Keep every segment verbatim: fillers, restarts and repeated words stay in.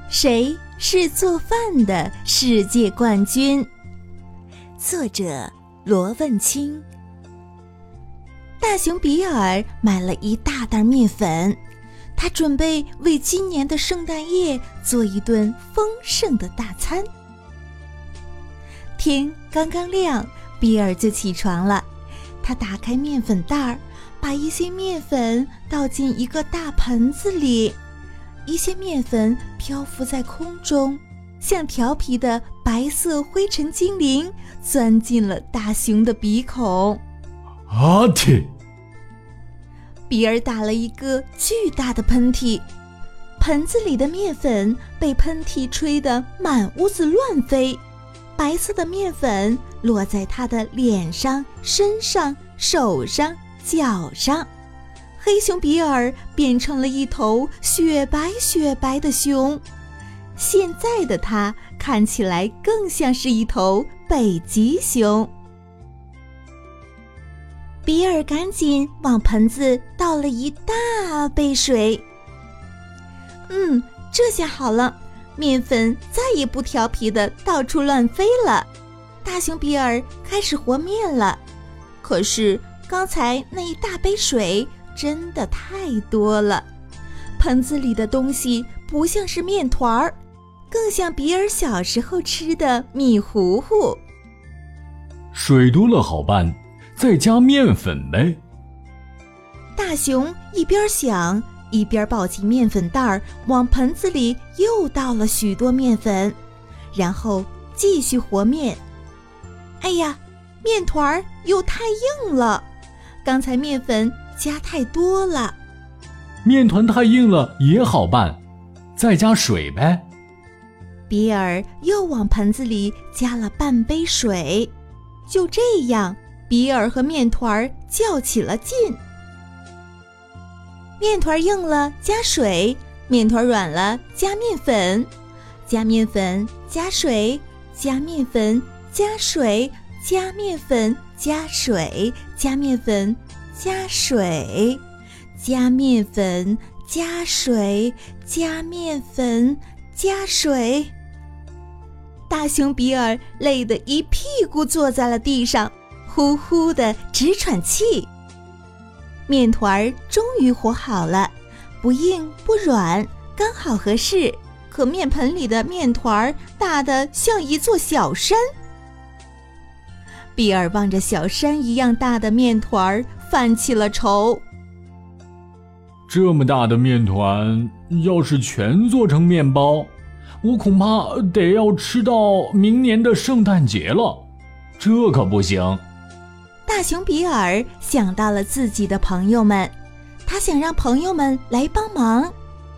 谁是做饭的世界冠军？作者罗问清。大熊比尔买了一大袋面粉，他准备为今年的圣诞夜做一顿丰盛的大餐。天刚刚亮，比尔就起床了。他打开面粉袋，把一些面粉倒进一个大盆子里，一些面粉漂浮在空中，像调皮的白色灰尘精灵钻进了大熊的鼻孔。 阿嚏！ 比尔打了一个巨大的喷嚏，盆子里的面粉被喷嚏吹得满屋子乱飞，白色的面粉落在他的脸上、身上、手上、脚上。黑熊比尔变成了一头雪白雪白的熊，现在的他看起来更像是一头北极熊。比尔赶紧往盆子倒了一大杯水。嗯，这下好了，面粉再也不调皮的到处乱飞了。大熊比尔开始和面了，可是刚才那一大杯水真的太多了，盆子里的东西不像是面团儿，更像比尔小时候吃的米糊糊。 水多了好办，再加面粉呗。 大熊一边想，一边抱起面粉袋儿，往盆子里又倒了许多面粉，然后继续和面。哎呀，面团儿又太硬了，刚才面粉加太多了。 面团太硬了也好办，再加水呗。 比尔又往盆子里加了半杯水，就这样，比尔和面团较起了劲。面团硬了加水，面团软了加面粉，加面粉加水，加面粉加水，加面粉加水，加面粉加水，加面粉加水，加面粉加水。大熊比尔累得一屁股坐在了地上，呼呼地直喘气。面团终于和好了，不硬不软，刚好合适。可面盆里的面团大得像一座小山。比尔望着小山一样大的面团犯起了愁。 这么大的面团，要是全做成面包，我恐怕得要吃到明年的圣诞节了，这可不行。 大熊比尔想到了自己的朋友们，他想让朋友们来帮忙。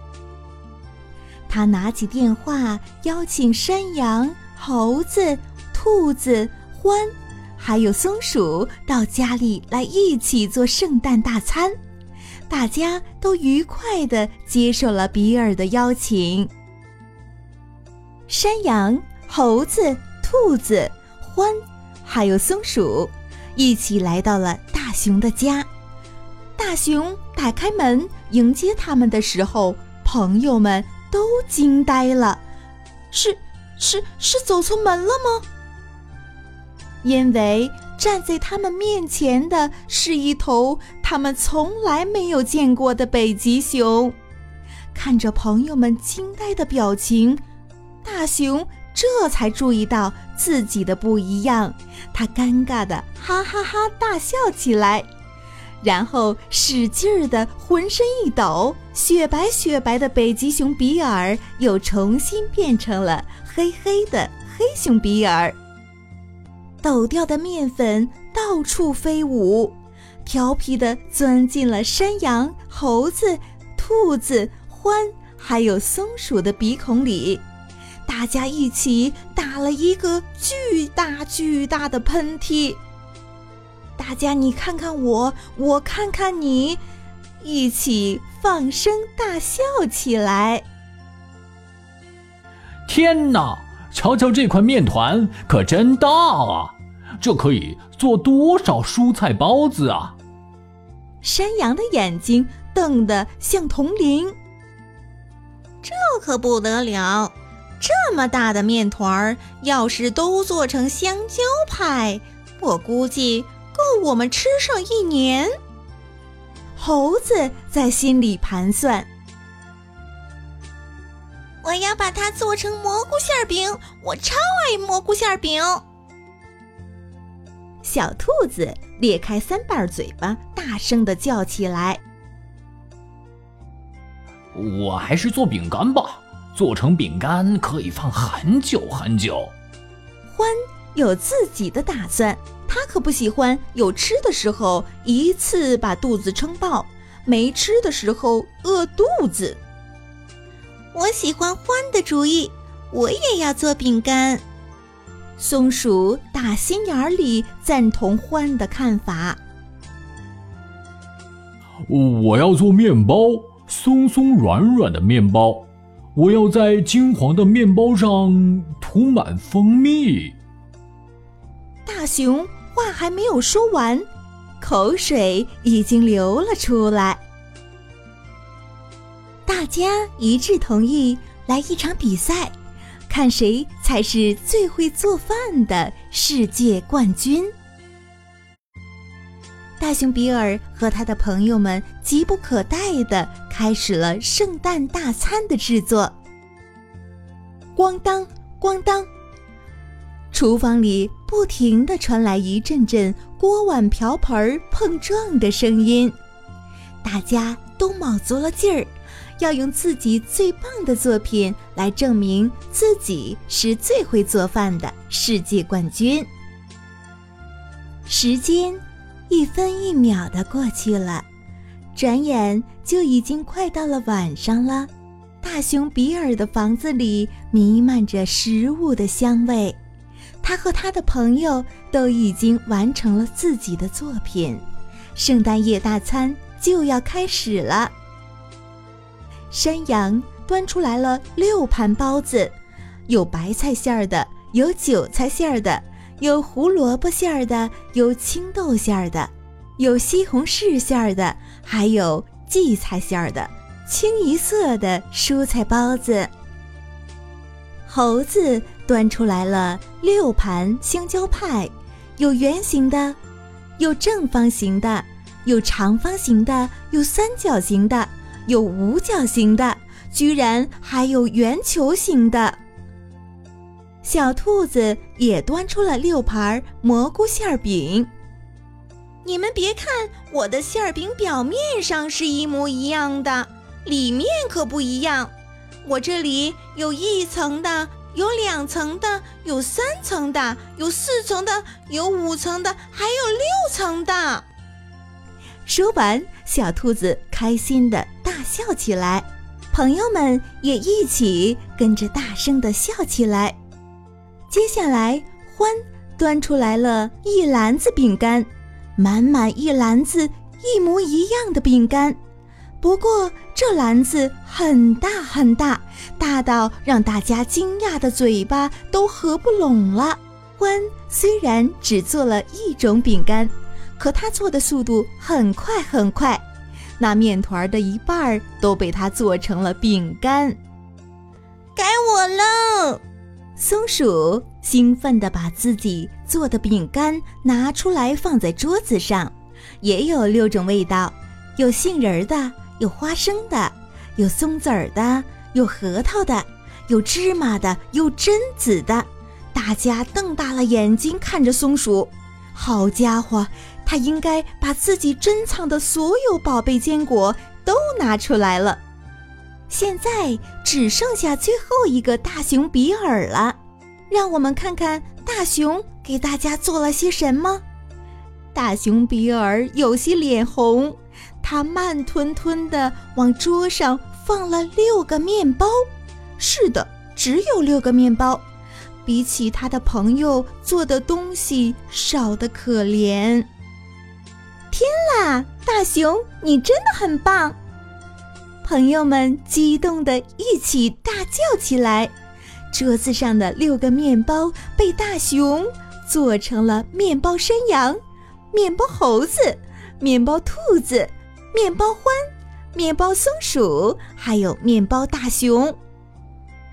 他拿起电话邀请山羊、猴子、兔子、獾还有松鼠到家里来一起做圣诞大餐。大家都愉快地接受了比尔的邀请。山羊、猴子、兔子、獾还有松鼠一起来到了大熊的家。大熊打开门迎接他们的时候，朋友们都惊呆了。是是是走错门了吗？因为站在他们面前的是一头他们从来没有见过的北极熊。看着朋友们惊呆的表情，大熊这才注意到自己的不一样，他尴尬的哈哈哈大笑起来，然后使劲的浑身一抖，雪白雪白的北极熊比尔又重新变成了黑黑的黑熊比尔。抖掉的面粉到处飞舞，调皮地钻进了山羊、猴子、兔子、獾还有松鼠的鼻孔里。大家一起打了一个巨大巨大的喷嚏。大家你看看我，我看看你，一起放声大笑起来。 天哪，瞧瞧这块面团可真大啊，这可以做多少蔬菜包子啊。 山羊的眼睛瞪得像铜铃。这可不得了，这么大的面团，要是都做成香蕉派，我估计够我们吃上一年。猴子在心里盘算，我要把它做成蘑菇馅饼，我超爱蘑菇馅饼。小兔子裂开三瓣嘴巴，大声地叫起来， 我还是做饼干吧，做成饼干可以放很久很久。 獾有自己的打算，他可不喜欢有吃的时候一次把肚子撑爆，没吃的时候饿肚子。我喜欢獾的主意，我也要做饼干。松鼠大心眼里赞同獾的看法， 我要做面包，松松软软的面包，我要在金黄的面包上涂满蜂蜜。 大熊话还没有说完，口水已经流了出来。大家一致同意来一场比赛，看谁才是最会做饭的世界冠军。大熊比尔和他的朋友们急不可待地开始了圣诞大餐的制作。咣当咣当，厨房里不停地传来一阵阵锅碗瓢盆碰撞的声音，大家都卯足了劲儿，要用自己最棒的作品来证明自己是最会做饭的世界冠军。时间一分一秒地过去了，转眼就已经快到了晚上了。大熊比尔的房子里弥漫着食物的香味，他和他的朋友都已经完成了自己的作品，圣诞夜大餐就要开始了。山羊端出来了六盘包子，有白菜馅儿的，有韭菜馅儿的，有胡萝卜馅儿的，有青豆馅儿的，有西红柿馅儿的，还有荠菜馅儿的，清一色的蔬菜包子。猴子端出来了六盘香蕉派，有圆形的，有正方形的，有长方形的，有三角形的，有五角形的，居然还有圆球形的。小兔子也端出了六盘蘑菇馅饼。你们别看我的馅饼表面上是一模一样的，里面可不一样。我这里有一层的，有两层的，有三层的，有四层的，有五层的，还有六层的。说完，小兔子开心地大笑起来，朋友们也一起跟着大声地笑起来。接下来，獾端出来了一篮子饼干，满满一篮子一模一样的饼干。不过这篮子很大很大，大到让大家惊讶的嘴巴都合不拢了。獾虽然只做了一种饼干，可他做的速度很快很快，那面团的一半都被他做成了饼干。该我喽！松鼠兴奋地把自己做的饼干拿出来放在桌子上，也有六种味道，有杏仁的，有花生的，有松子儿的，有核桃的，有芝麻的，有榛子的。大家瞪大了眼睛看着松鼠，好家伙，他应该把自己珍藏的所有宝贝坚果都拿出来了。现在只剩下最后一个大熊比尔了，让我们看看大熊给大家做了些什么。大熊比尔有些脸红，他慢吞吞地往桌上放了六个面包。是的，只有六个面包，比起他的朋友做的东西少得可怜。天啦，大熊，你真的很棒！朋友们激动地一起大叫起来。桌子上的六个面包被大熊做成了面包山羊、面包猴子、面包兔子、面包獾、面包松鼠，还有面包大熊。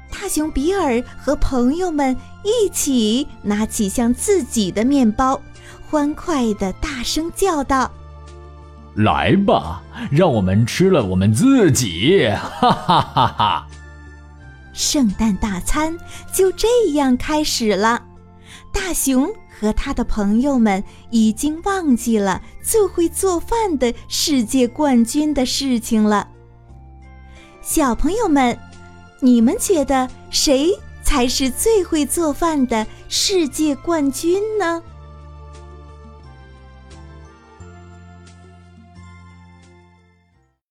大熊比尔和朋友们一起拿起像自己的面包，欢快地大声叫道： 来吧，让我们吃了我们自己，哈哈哈哈！ 圣诞大餐就这样开始了。大熊和他的朋友们已经忘记了最会做饭的世界冠军的事情了。小朋友们，你们觉得谁才是最会做饭的世界冠军呢？